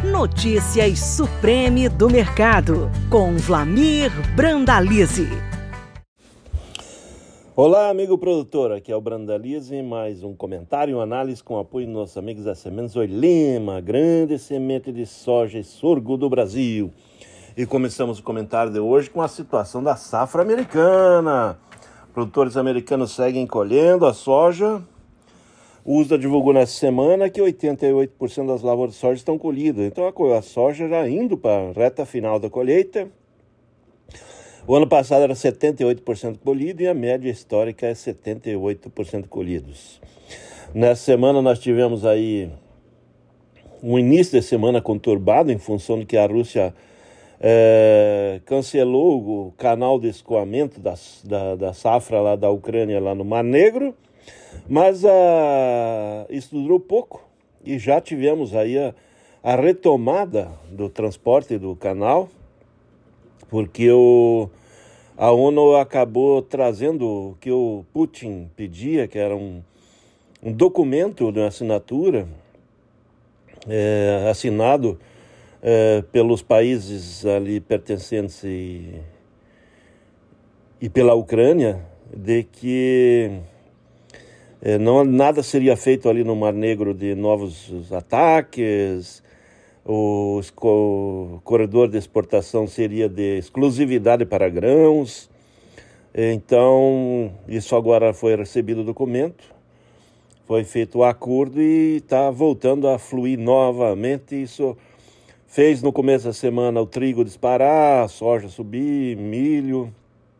Notícias Supreme do Mercado, com Vlamir Brandalize. Olá, amigo produtor, aqui é o Brandalize, mais um comentário, uma análise com apoio dos nossos amigos da Sementes Oilema, grande semente de soja e sorgo do Brasil. E começamos o comentário de hoje com a situação da safra americana. Produtores americanos seguem colhendo a soja. O USDA divulgou nessa semana que 88% das lavouras de soja estão colhidas. Então a soja já indo para a reta final da colheita. O ano passado era 78% colhido e a média histórica é 78% colhidos. Nessa semana nós tivemos aí um início de semana conturbado em função de que a Rússia cancelou o canal de escoamento da safra lá da Ucrânia lá no Mar Negro, mas isso durou pouco e já tivemos aí a retomada do transporte do canal, porque a ONU acabou trazendo o que o Putin pedia, que era um documento de assinatura assinado pelos países ali pertencentes e pela Ucrânia, de que nada seria feito ali no Mar Negro de novos ataques, o corredor de exportação seria de exclusividade para grãos. Então, isso agora foi recebido o documento, foi feito o acordo e está voltando a fluir novamente. Isso fez no começo da semana o trigo disparar, a soja subir, milho,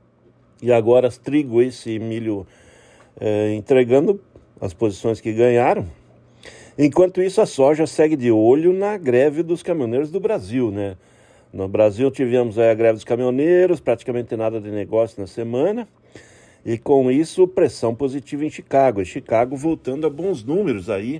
e agora trigo e milho entregando as posições que ganharam. Enquanto isso, a soja segue de olho na greve dos caminhoneiros do Brasil, né? No Brasil tivemos a greve dos caminhoneiros, praticamente nada de negócio na semana, e com isso pressão positiva em Chicago. E Chicago voltando a bons números aí,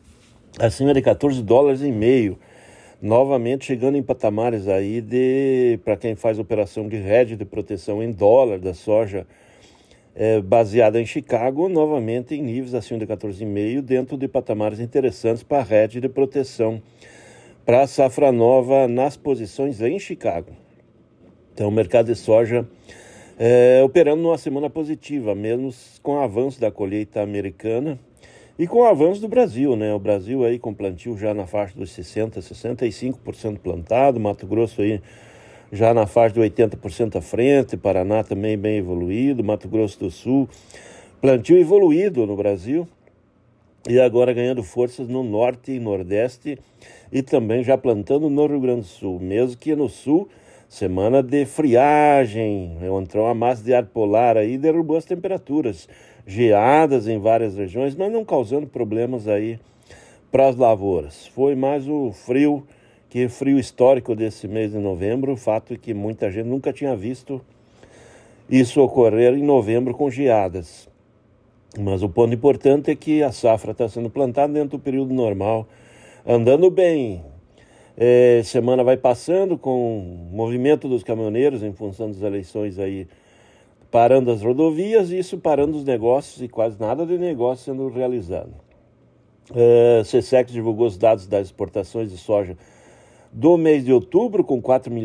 acima de $14,5, novamente chegando em patamares aí para quem faz operação de hedge de proteção em dólar da soja, baseada em Chicago, novamente em níveis acima de 14,5, dentro de patamares interessantes para a hedge de proteção para a safra nova nas posições em Chicago. Então o mercado de soja operando numa semana positiva, mesmo com o avanço da colheita americana e com o avanço do Brasil, né? O Brasil aí com plantio já na faixa dos 60%, 65% plantado, Mato Grosso aí já na faixa de 80% à frente, Paraná também bem evoluído, Mato Grosso do Sul, plantio evoluído no Brasil, e agora ganhando forças no Norte e Nordeste, e também já plantando no Rio Grande do Sul, mesmo que no Sul, semana de friagem, entrou uma massa de ar polar aí, derrubou as temperaturas, geadas em várias regiões, mas não causando problemas aí para as lavouras. Foi mais o frio histórico desse mês de novembro, o fato é que muita gente nunca tinha visto isso ocorrer em novembro com geadas. Mas o ponto importante é que a safra está sendo plantada dentro do período normal, andando bem. Semana vai passando com o movimento dos caminhoneiros em função das eleições aí, parando as rodovias, e isso parando os negócios e quase nada de negócio sendo realizado. SECEX divulgou os dados das exportações de soja do mês de outubro, com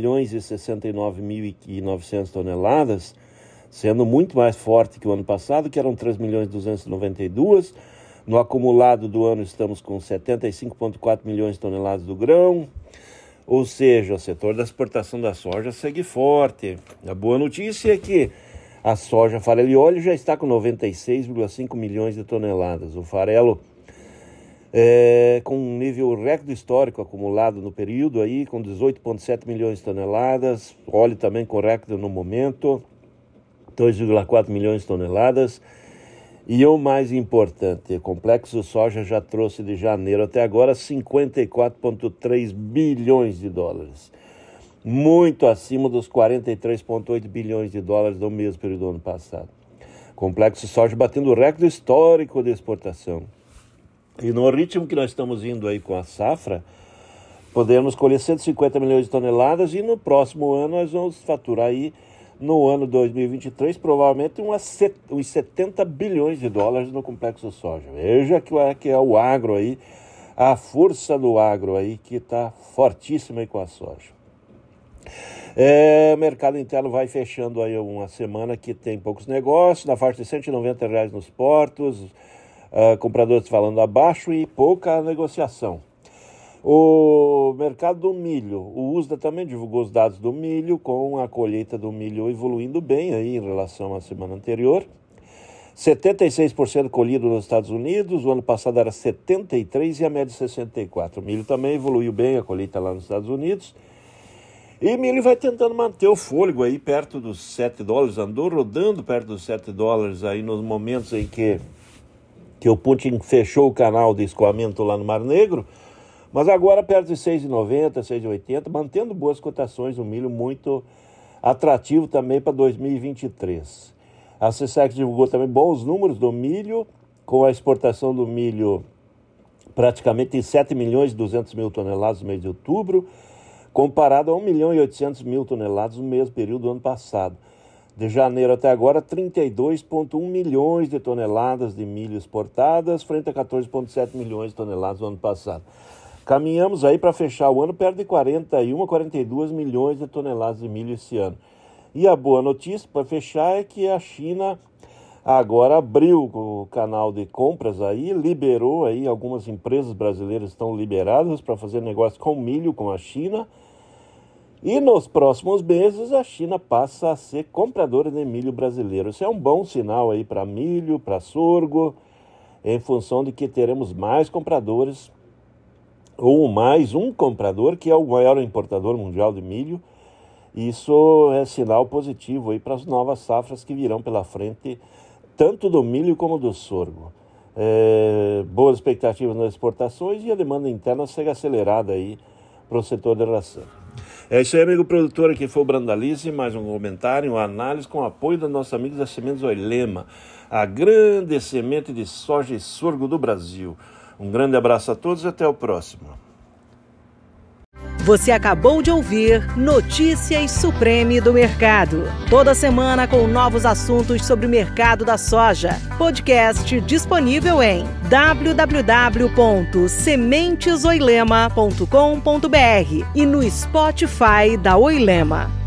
4.069.900 toneladas, sendo muito mais forte que o ano passado, que eram 3.292. No acumulado do ano estamos com 75,4 milhões de toneladas do grão, ou seja, o setor da exportação da soja segue forte. A boa notícia é que a soja farelo e óleo já está com 96,5 milhões de toneladas. O farelo com um nível recorde histórico acumulado no período aí, com 18,7 milhões de toneladas, óleo também com recorde no momento, 2,4 milhões de toneladas, e o mais importante, o complexo soja já trouxe de janeiro até agora 54,3 bilhões de dólares, muito acima dos 43,8 bilhões de dólares do mesmo período do ano passado. Complexo soja batendo o recorde histórico de exportação. E no ritmo que nós estamos indo aí com a safra, podemos colher 150 milhões de toneladas e no próximo ano nós vamos faturar aí, no ano 2023, provavelmente uns 70 bilhões de dólares no complexo soja. Veja que é o agro aí a força do agro aí, que está fortíssima aí com a soja. O mercado interno vai fechando aí uma semana que tem poucos negócios, na faixa de R$190 nos portos, compradores falando abaixo e pouca negociação. O mercado do milho, o USDA também divulgou os dados do milho, com a colheita do milho evoluindo bem aí em relação à semana anterior. 76% colhido nos Estados Unidos, o ano passado era 73% e a média 64%. O milho também evoluiu bem, a colheita lá nos Estados Unidos. E milho vai tentando manter o fôlego aí perto dos $7, andou rodando perto dos $7 aí nos momentos em que o Putin fechou o canal de escoamento lá no Mar Negro, mas agora perto de 6,90, 6,80, mantendo boas cotações, o milho muito atrativo também para 2023. A CSEX divulgou também bons números do milho, com a exportação do milho praticamente em 7.200.000 toneladas no mês de outubro, comparado a 1.800.000 toneladas no mesmo período do ano passado. De janeiro até agora, 32,1 milhões de toneladas de milho exportadas, frente a 14,7 milhões de toneladas no ano passado. Caminhamos aí para fechar o ano perto de 41 a 42 milhões de toneladas de milho esse ano. E a boa notícia para fechar é que a China agora abriu o canal de compras aí, liberou aí, algumas empresas brasileiras estão liberadas para fazer negócio com milho com a China. E nos próximos meses a China passa a ser compradora de milho brasileiro. Isso é um bom sinal aí para milho, para sorgo, em função de que teremos mais compradores, ou mais um comprador, que é o maior importador mundial de milho. Isso é sinal positivo aí para as novas safras que virão pela frente, tanto do milho como do sorgo. Boas expectativas nas exportações e a demanda interna segue acelerada aí para o setor de ração. É isso aí, amigo produtor, aqui foi o Brandalize, mais um comentário, uma análise com o apoio dos nossos amigos da Sementes Oilema, a grande semente de soja e sorgo do Brasil. Um grande abraço a todos e até o próximo. Você acabou de ouvir Notícias Supreme do Mercado. Toda semana com novos assuntos sobre o mercado da soja. Podcast disponível em www.sementesoilema.com.br e no Spotify da Oilema.